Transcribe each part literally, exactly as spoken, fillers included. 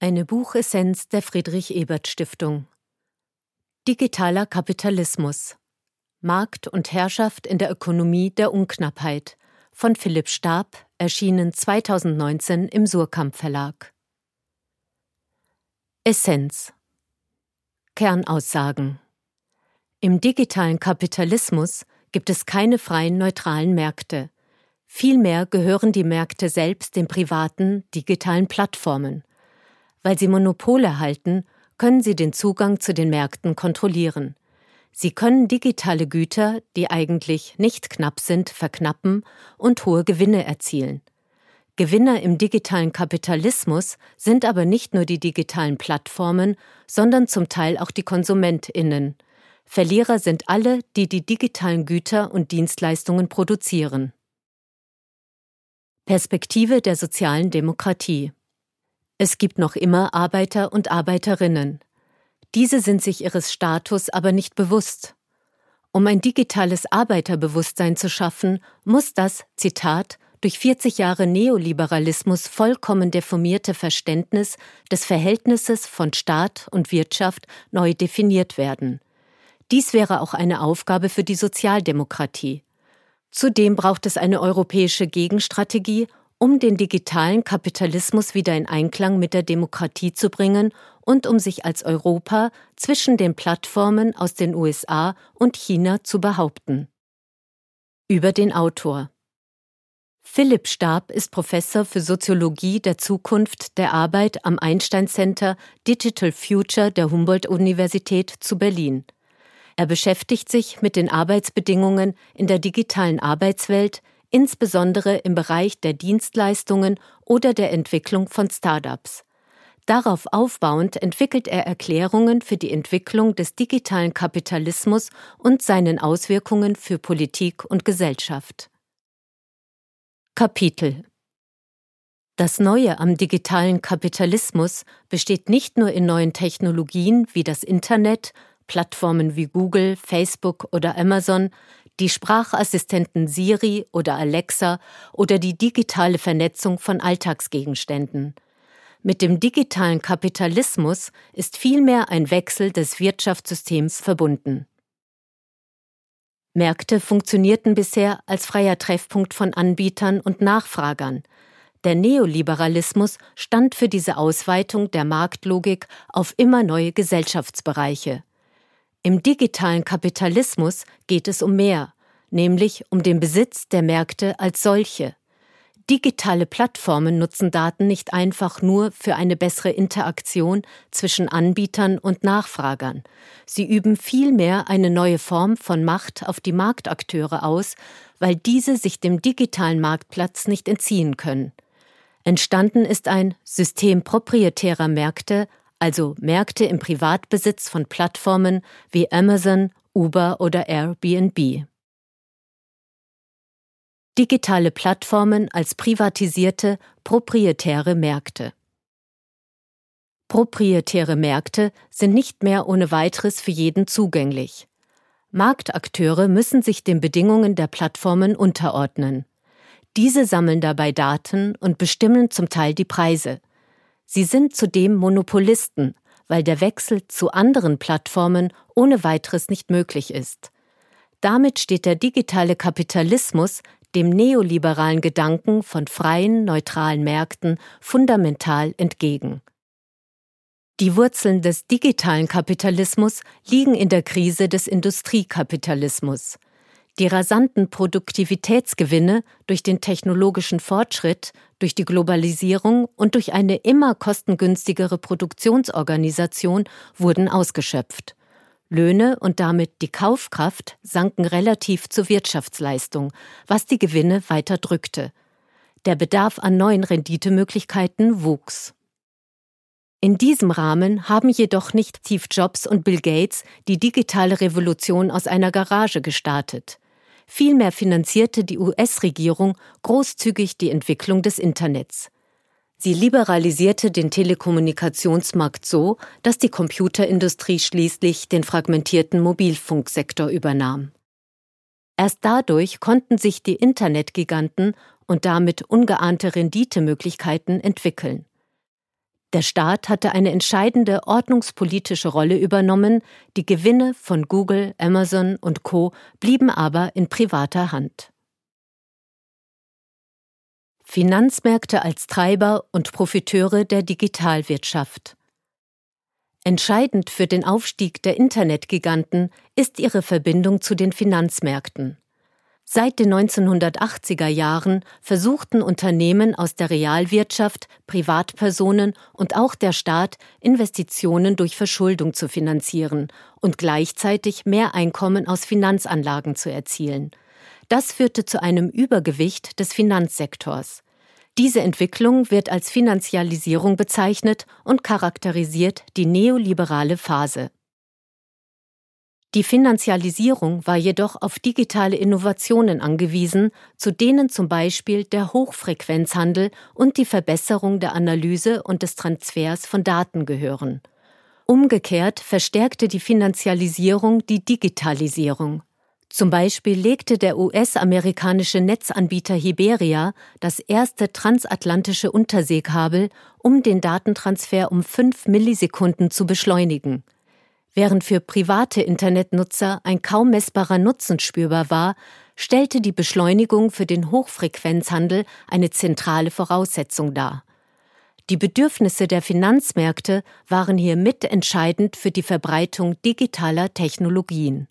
Eine Buchessenz der Friedrich-Ebert-Stiftung. Digitaler Kapitalismus. Markt und Herrschaft in der Ökonomie der Unknappheit von Philipp Stab, erschienen zweitausendneunzehn im Suhrkamp Verlag. Essenz. Kernaussagen. Im digitalen Kapitalismus gibt es keine freien, neutralen Märkte. Vielmehr gehören die Märkte selbst den privaten, digitalen Plattformen. Weil sie Monopole halten, können sie den Zugang zu den Märkten kontrollieren. Sie können digitale Güter, die eigentlich nicht knapp sind, verknappen und hohe Gewinne erzielen. Gewinner im digitalen Kapitalismus sind aber nicht nur die digitalen Plattformen, sondern zum Teil auch die KonsumentInnen. Verlierer sind alle, die die digitalen Güter und Dienstleistungen produzieren. Perspektive der sozialen Demokratie. Es gibt noch immer Arbeiter und Arbeiterinnen. Diese sind sich ihres Status aber nicht bewusst. Um ein digitales Arbeiterbewusstsein zu schaffen, muss das, Zitat, durch vierzig Jahre Neoliberalismus vollkommen deformierte Verständnis des Verhältnisses von Staat und Wirtschaft neu definiert werden. Dies wäre auch eine Aufgabe für die Sozialdemokratie. Zudem braucht es eine europäische Gegenstrategie, um den digitalen Kapitalismus wieder in Einklang mit der Demokratie zu bringen und um sich als Europa zwischen den Plattformen aus den U S A und China zu behaupten. Über den Autor. Philipp Stab ist Professor für Soziologie der Zukunft der Arbeit am Einstein Center Digital Future der Humboldt-Universität zu Berlin. Er beschäftigt sich mit den Arbeitsbedingungen in der digitalen Arbeitswelt, insbesondere im Bereich der Dienstleistungen oder der Entwicklung von Startups. Darauf aufbauend entwickelt er Erklärungen für die Entwicklung des digitalen Kapitalismus und seinen Auswirkungen für Politik und Gesellschaft. Kapitel. Das Neue am digitalen Kapitalismus besteht nicht nur in neuen Technologien wie das Internet, Plattformen wie Google, Facebook oder Amazon, die Sprachassistenten Siri oder Alexa oder die digitale Vernetzung von Alltagsgegenständen. Mit dem digitalen Kapitalismus ist vielmehr ein Wechsel des Wirtschaftssystems verbunden. Märkte funktionierten bisher als freier Treffpunkt von Anbietern und Nachfragern. Der Neoliberalismus stand für diese Ausweitung der Marktlogik auf immer neue Gesellschaftsbereiche. Im digitalen Kapitalismus geht es um mehr, nämlich um den Besitz der Märkte als solche. Digitale Plattformen nutzen Daten nicht einfach nur für eine bessere Interaktion zwischen Anbietern und Nachfragern. Sie üben vielmehr eine neue Form von Macht auf die Marktakteure aus, weil diese sich dem digitalen Marktplatz nicht entziehen können. Entstanden ist ein System proprietärer Märkte, also Märkte im Privatbesitz von Plattformen wie Amazon, Uber oder Airbnb. Digitale Plattformen als privatisierte, proprietäre Märkte. Proprietäre Märkte sind nicht mehr ohne weiteres für jeden zugänglich. Marktakteure müssen sich den Bedingungen der Plattformen unterordnen. Diese sammeln dabei Daten und bestimmen zum Teil die Preise. Sie sind zudem Monopolisten, weil der Wechsel zu anderen Plattformen ohne weiteres nicht möglich ist. Damit steht der digitale Kapitalismus dem neoliberalen Gedanken von freien, neutralen Märkten fundamental entgegen. Die Wurzeln des digitalen Kapitalismus liegen in der Krise des Industriekapitalismus. Die rasanten Produktivitätsgewinne durch den technologischen Fortschritt, durch die Globalisierung und durch eine immer kostengünstigere Produktionsorganisation wurden ausgeschöpft. Löhne und damit die Kaufkraft sanken relativ zur Wirtschaftsleistung, was die Gewinne weiter drückte. Der Bedarf an neuen Renditemöglichkeiten wuchs. In diesem Rahmen haben jedoch nicht Steve Jobs und Bill Gates die digitale Revolution aus einer Garage gestartet. Vielmehr finanzierte die U S-Regierung großzügig die Entwicklung des Internets. Sie liberalisierte den Telekommunikationsmarkt so, dass die Computerindustrie schließlich den fragmentierten Mobilfunksektor übernahm. Erst dadurch konnten sich die Internetgiganten und damit ungeahnte Renditemöglichkeiten entwickeln. Der Staat hatte eine entscheidende ordnungspolitische Rolle übernommen, die Gewinne von Google, Amazon und Co. blieben aber in privater Hand. Finanzmärkte als Treiber und Profiteure der Digitalwirtschaft. Entscheidend für den Aufstieg der Internetgiganten ist ihre Verbindung zu den Finanzmärkten. Seit den neunzehnhundertachtziger Jahren versuchten Unternehmen aus der Realwirtschaft, Privatpersonen und auch der Staat, Investitionen durch Verschuldung zu finanzieren und gleichzeitig mehr Einkommen aus Finanzanlagen zu erzielen. Das führte zu einem Übergewicht des Finanzsektors. Diese Entwicklung wird als Finanzialisierung bezeichnet und charakterisiert die neoliberale Phase. Die Finanzialisierung war jedoch auf digitale Innovationen angewiesen, zu denen zum Beispiel der Hochfrequenzhandel und die Verbesserung der Analyse und des Transfers von Daten gehören. Umgekehrt verstärkte die Finanzialisierung die Digitalisierung. Zum Beispiel legte der U S-amerikanische Netzanbieter Hiberia das erste transatlantische Unterseekabel, um den Datentransfer um fünf Millisekunden zu beschleunigen. Während für private Internetnutzer ein kaum messbarer Nutzen spürbar war, stellte die Beschleunigung für den Hochfrequenzhandel eine zentrale Voraussetzung dar. Die Bedürfnisse der Finanzmärkte waren hier mitentscheidend für die Verbreitung digitaler Technologien.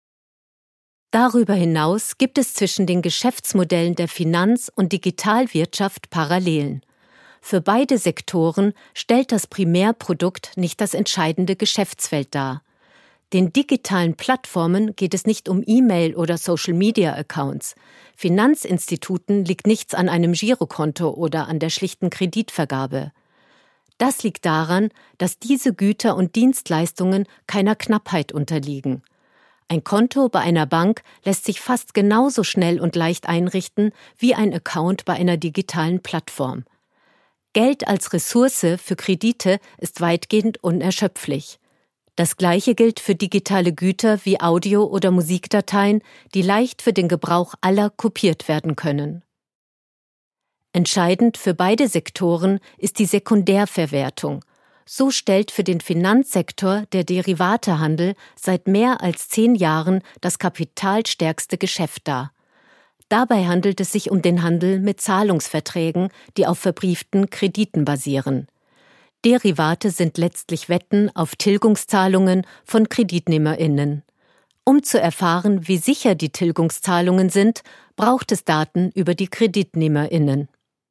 Darüber hinaus gibt es zwischen den Geschäftsmodellen der Finanz- und Digitalwirtschaft Parallelen. Für beide Sektoren stellt das Primärprodukt nicht das entscheidende Geschäftsfeld dar. Den digitalen Plattformen geht es nicht um E-Mail- oder Social-Media-Accounts. Finanzinstituten liegt nichts an einem Girokonto oder an der schlichten Kreditvergabe. Das liegt daran, dass diese Güter und Dienstleistungen keiner Knappheit unterliegen. Ein Konto bei einer Bank lässt sich fast genauso schnell und leicht einrichten wie ein Account bei einer digitalen Plattform. Geld als Ressource für Kredite ist weitgehend unerschöpflich. Das Gleiche gilt für digitale Güter wie Audio- oder Musikdateien, die leicht für den Gebrauch aller kopiert werden können. Entscheidend für beide Sektoren ist die Sekundärverwertung. So stellt für den Finanzsektor der Derivatehandel seit mehr als zehn Jahren das kapitalstärkste Geschäft dar. Dabei handelt es sich um den Handel mit Zahlungsverträgen, die auf verbrieften Krediten basieren. Derivate sind letztlich Wetten auf Tilgungszahlungen von KreditnehmerInnen. Um zu erfahren, wie sicher die Tilgungszahlungen sind, braucht es Daten über die KreditnehmerInnen.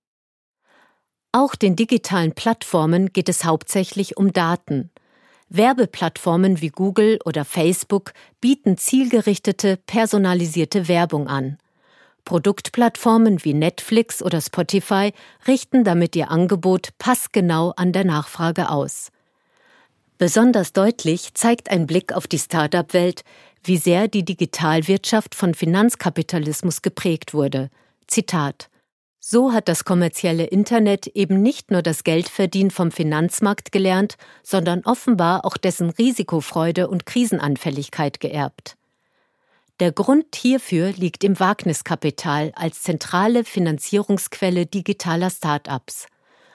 Auch den digitalen Plattformen geht es hauptsächlich um Daten. Werbeplattformen wie Google oder Facebook bieten zielgerichtete, personalisierte Werbung an. Produktplattformen wie Netflix oder Spotify richten damit ihr Angebot passgenau an der Nachfrage aus. Besonders deutlich zeigt ein Blick auf die Start-up-Welt, wie sehr die Digitalwirtschaft von Finanzkapitalismus geprägt wurde. Zitat: So hat das kommerzielle Internet eben nicht nur das Geldverdienen vom Finanzmarkt gelernt, sondern offenbar auch dessen Risikofreude und Krisenanfälligkeit geerbt. Der Grund hierfür liegt im Wagniskapital als zentrale Finanzierungsquelle digitaler Start-ups.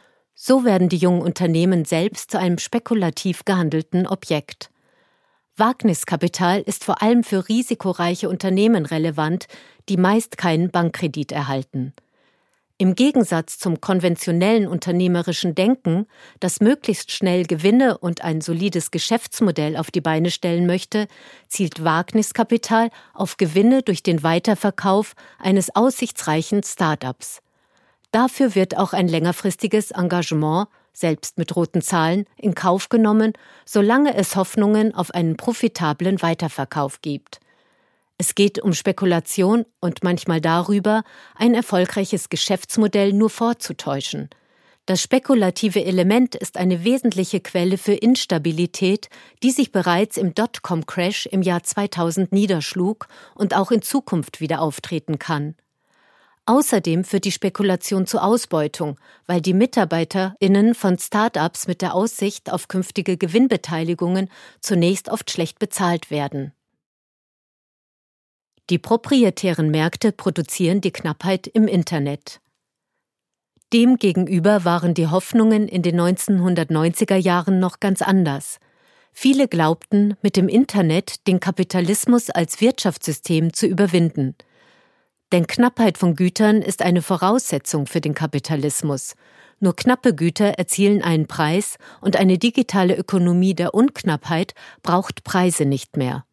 So werden die jungen Unternehmen selbst zu einem spekulativ gehandelten Objekt. Wagniskapital ist vor allem für risikoreiche Unternehmen relevant, die meist keinen Bankkredit erhalten. Im Gegensatz zum konventionellen unternehmerischen Denken, das möglichst schnell Gewinne und ein solides Geschäftsmodell auf die Beine stellen möchte, zielt Wagniskapital auf Gewinne durch den Weiterverkauf eines aussichtsreichen Start-ups. Dafür wird auch ein längerfristiges Engagement, selbst mit roten Zahlen, in Kauf genommen, solange es Hoffnungen auf einen profitablen Weiterverkauf gibt. Es geht um Spekulation und manchmal darüber, ein erfolgreiches Geschäftsmodell nur vorzutäuschen. Das spekulative Element ist eine wesentliche Quelle für Instabilität, die sich bereits im Dotcom-Crash im Jahr zweitausend niederschlug und auch in Zukunft wieder auftreten kann. Außerdem führt die Spekulation zu Ausbeutung, weil die MitarbeiterInnen von Start-ups mit der Aussicht auf künftige Gewinnbeteiligungen zunächst oft schlecht bezahlt werden. Die proprietären Märkte produzieren die Knappheit im Internet. Demgegenüber waren die Hoffnungen in den neunzehnhundertneunziger Jahren noch ganz anders. Viele glaubten, mit dem Internet den Kapitalismus als Wirtschaftssystem zu überwinden. Denn Knappheit von Gütern ist eine Voraussetzung für den Kapitalismus. Nur knappe Güter erzielen einen Preis und eine digitale Ökonomie der Unknappheit braucht Preise nicht mehr.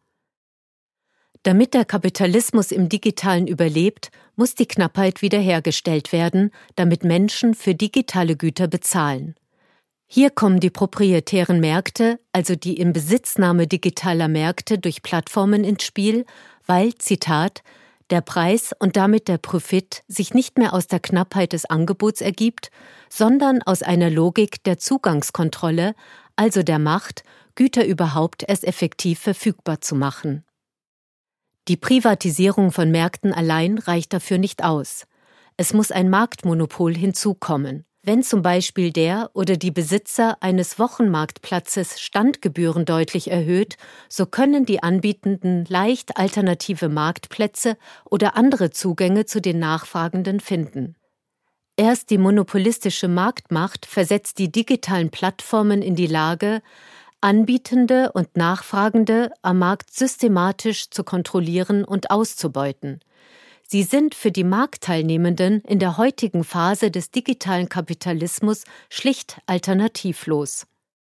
Damit der Kapitalismus im Digitalen überlebt, muss die Knappheit wiederhergestellt werden, damit Menschen für digitale Güter bezahlen. Hier kommen die proprietären Märkte, also die Inbesitznahme digitaler Märkte durch Plattformen ins Spiel, weil, Zitat, der Preis und damit der Profit sich nicht mehr aus der Knappheit des Angebots ergibt, sondern aus einer Logik der Zugangskontrolle, also der Macht, Güter überhaupt erst effektiv verfügbar zu machen. Die Privatisierung von Märkten allein reicht dafür nicht aus. Es muss ein Marktmonopol hinzukommen. Wenn zum Beispiel der oder die Besitzer eines Wochenmarktplatzes Standgebühren deutlich erhöht, so können die Anbietenden leicht alternative Marktplätze oder andere Zugänge zu den Nachfragenden finden. Erst die monopolistische Marktmacht versetzt die digitalen Plattformen in die Lage, Anbietende und Nachfragende am Markt systematisch zu kontrollieren und auszubeuten. Sie sind für die Marktteilnehmenden in der heutigen Phase des digitalen Kapitalismus schlicht alternativlos.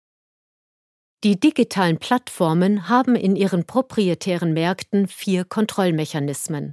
Die digitalen Plattformen haben in ihren proprietären Märkten vier Kontrollmechanismen.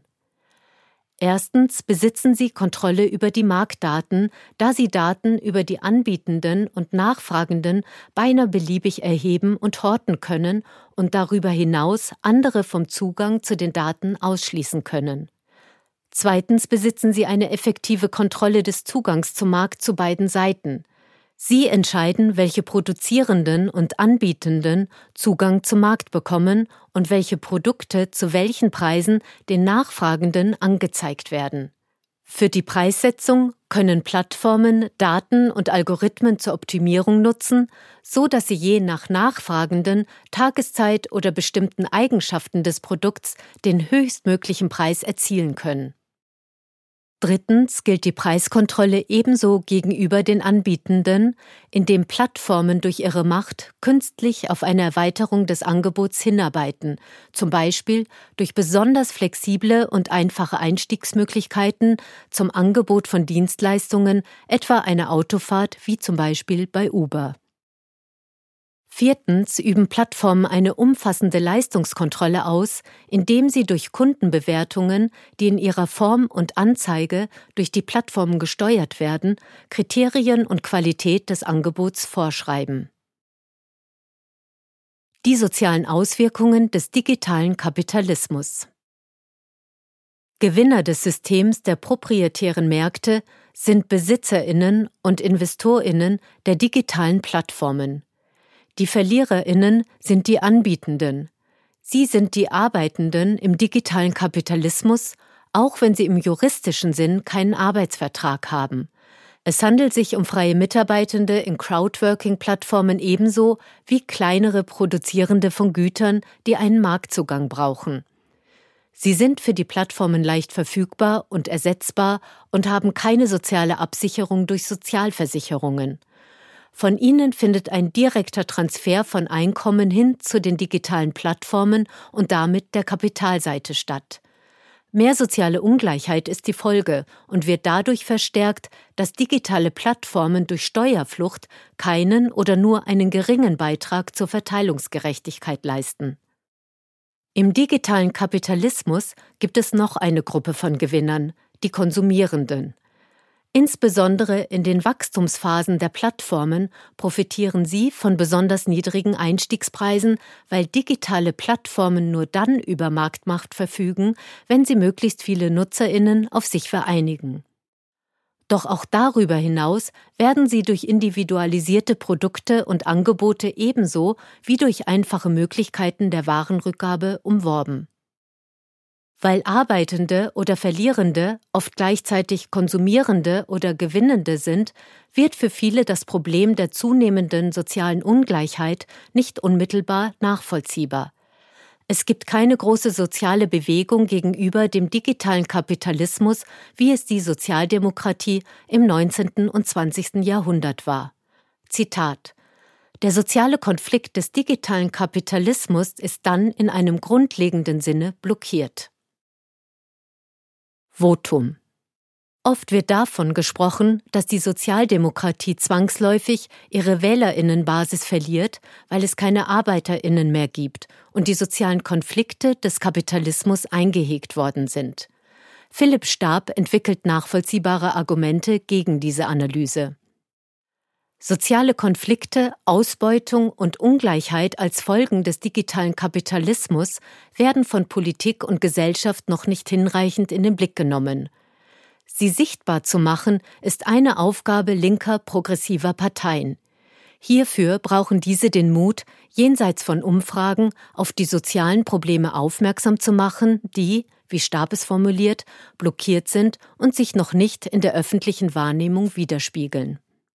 Erstens besitzen sie Kontrolle über die Marktdaten, da sie Daten über die Anbietenden und Nachfragenden beinahe beliebig erheben und horten können und darüber hinaus andere vom Zugang zu den Daten ausschließen können. Zweitens besitzen sie eine effektive Kontrolle des Zugangs zum Markt zu beiden Seiten. Sie entscheiden, welche Produzierenden und Anbietenden Zugang zum Markt bekommen und welche Produkte zu welchen Preisen den Nachfragenden angezeigt werden. Für die Preissetzung können Plattformen Daten und Algorithmen zur Optimierung nutzen, so dass sie je nach Nachfragenden, Tageszeit oder bestimmten Eigenschaften des Produkts den höchstmöglichen Preis erzielen können. Drittens gilt die Preiskontrolle ebenso gegenüber den Anbietenden, indem Plattformen durch ihre Macht künstlich auf eine Erweiterung des Angebots hinarbeiten, zum Beispiel durch besonders flexible und einfache Einstiegsmöglichkeiten zum Angebot von Dienstleistungen, etwa eine Autofahrt wie zum Beispiel bei Uber. Viertens üben Plattformen eine umfassende Leistungskontrolle aus, indem sie durch Kundenbewertungen, die in ihrer Form und Anzeige durch die Plattformen gesteuert werden, Kriterien und Qualität des Angebots vorschreiben. Die sozialen Auswirkungen des digitalen Kapitalismus. Gewinner des Systems der proprietären Märkte sind BesitzerInnen und InvestorInnen der digitalen Plattformen. Die VerliererInnen sind die Anbietenden. Sie sind die Arbeitenden im digitalen Kapitalismus, auch wenn sie im juristischen Sinn keinen Arbeitsvertrag haben. Es handelt sich um freie Mitarbeitende in Crowdworking-Plattformen ebenso wie kleinere Produzierende von Gütern, die einen Marktzugang brauchen. Sie sind für die Plattformen leicht verfügbar und ersetzbar und haben keine soziale Absicherung durch Sozialversicherungen. Von ihnen findet ein direkter Transfer von Einkommen hin zu den digitalen Plattformen und damit der Kapitalseite statt. Mehr soziale Ungleichheit ist die Folge und wird dadurch verstärkt, dass digitale Plattformen durch Steuerflucht keinen oder nur einen geringen Beitrag zur Verteilungsgerechtigkeit leisten. Im digitalen Kapitalismus gibt es noch eine Gruppe von Gewinnern, die Konsumierenden. Insbesondere in den Wachstumsphasen der Plattformen profitieren sie von besonders niedrigen Einstiegspreisen, weil digitale Plattformen nur dann über Marktmacht verfügen, wenn sie möglichst viele NutzerInnen auf sich vereinigen. Doch auch darüber hinaus werden sie durch individualisierte Produkte und Angebote ebenso wie durch einfache Möglichkeiten der Warenrückgabe umworben. Weil Arbeitende oder Verlierende oft gleichzeitig Konsumierende oder Gewinnende sind, wird für viele das Problem der zunehmenden sozialen Ungleichheit nicht unmittelbar nachvollziehbar. Es gibt keine große soziale Bewegung gegenüber dem digitalen Kapitalismus, wie es die Sozialdemokratie im neunzehnten und zwanzigsten Jahrhundert war. Zitat: Der soziale Konflikt des digitalen Kapitalismus ist dann in einem grundlegenden Sinne blockiert. Votum. Oft wird davon gesprochen, dass die Sozialdemokratie zwangsläufig ihre Wählerinnenbasis verliert, weil es keine Arbeiterinnen mehr gibt und die sozialen Konflikte des Kapitalismus eingehegt worden sind. Philipp Stab entwickelt nachvollziehbare Argumente gegen diese Analyse. Soziale Konflikte, Ausbeutung und Ungleichheit als Folgen des digitalen Kapitalismus werden von Politik und Gesellschaft noch nicht hinreichend in den Blick genommen. Sie sichtbar zu machen, ist eine Aufgabe linker, progressiver Parteien. Hierfür brauchen diese den Mut, jenseits von Umfragen auf die sozialen Probleme aufmerksam zu machen, die, wie Stab es formuliert, blockiert sind und sich noch nicht in der öffentlichen Wahrnehmung widerspiegeln.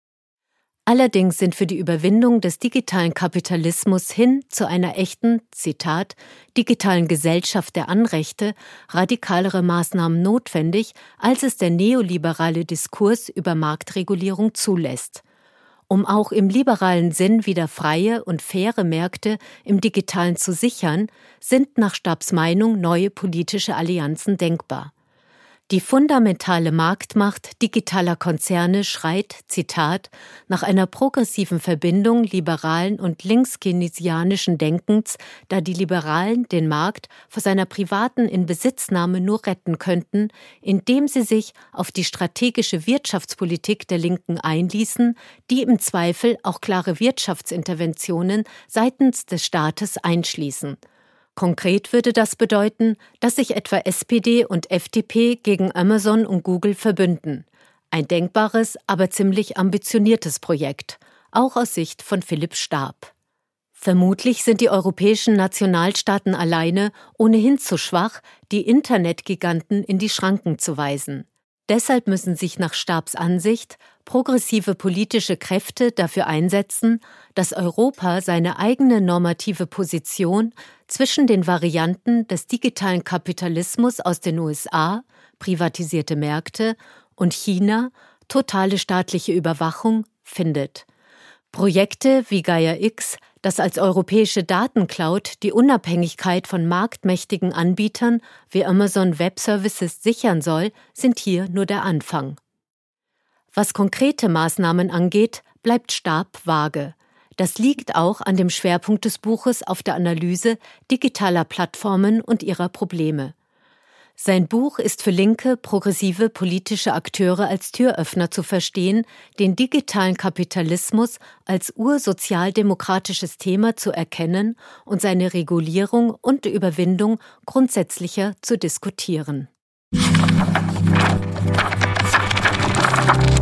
Allerdings sind für die Überwindung des digitalen Kapitalismus hin zu einer echten, Zitat, digitalen Gesellschaft der Anrechte radikalere Maßnahmen notwendig, als es der neoliberale Diskurs über Marktregulierung zulässt. Um auch im liberalen Sinn wieder freie und faire Märkte im Digitalen zu sichern, sind nach Stabs Meinung neue politische Allianzen denkbar. Die fundamentale Marktmacht digitaler Konzerne schreit, Zitat, nach einer progressiven Verbindung liberalen und links-keynesianischen Denkens, da die Liberalen den Markt vor seiner privaten Inbesitznahme nur retten könnten, indem sie sich auf die strategische Wirtschaftspolitik der Linken einließen, die im Zweifel auch klare Wirtschaftsinterventionen seitens des Staates einschließen. Konkret würde das bedeuten, dass sich etwa S P D und F D P gegen Amazon und Google verbünden. Ein denkbares, aber ziemlich ambitioniertes Projekt, auch aus Sicht von Philipp Stab. Vermutlich sind die europäischen Nationalstaaten alleine ohnehin zu schwach, die Internetgiganten in die Schranken zu weisen. Deshalb müssen sich nach Stabs Ansicht progressive politische Kräfte dafür einsetzen, dass Europa seine eigene normative Position zwischen den Varianten des digitalen Kapitalismus aus den U S A, privatisierte Märkte, und China, totale staatliche Überwachung, findet. Projekte wie Gaia X, das als europäische Datencloud die Unabhängigkeit von marktmächtigen Anbietern wie Amazon Web Services sichern soll, sind hier nur der Anfang. Was konkrete Maßnahmen angeht, bleibt Stab vage. Das liegt auch an dem Schwerpunkt des Buches auf der Analyse digitaler Plattformen und ihrer Probleme. Sein Buch ist für linke, progressive politische Akteure als Türöffner zu verstehen, den digitalen Kapitalismus als ursozialdemokratisches Thema zu erkennen und seine Regulierung und Überwindung grundsätzlicher zu diskutieren.